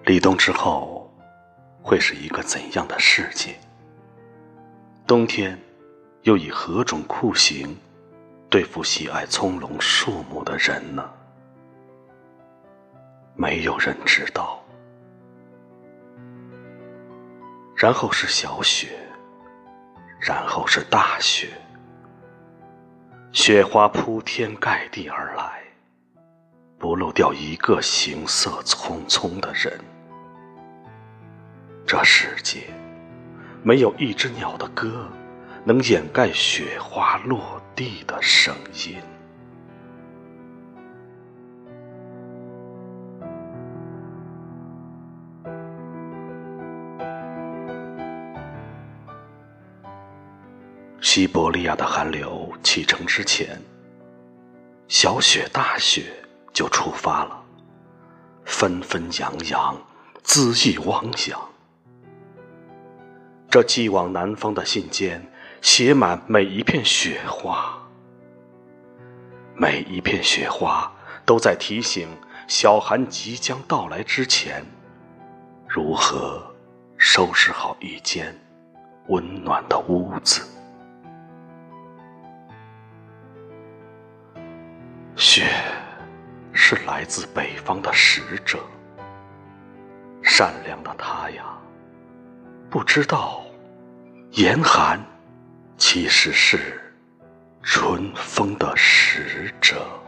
立冬之后会是一个怎样的世界？冬天又以何种酷刑对付喜爱葱茏树木的人呢？没有人知道。然后是小雪，然后是大雪，雪花铺天盖地而来，不漏掉一个行色匆匆的人。这世界没有一只鸟的歌能掩盖雪花落地的声音。西伯利亚的寒流启程之前，小雪大雪就出发了，纷纷扬扬，恣意汪洋。这寄往南方的信笺写满每一片雪花，每一片雪花都在提醒小寒即将到来之前，如何收拾好一间温暖的屋子。雪是来自北方的使者，善良的他呀，不知道严寒其实是春风的使者。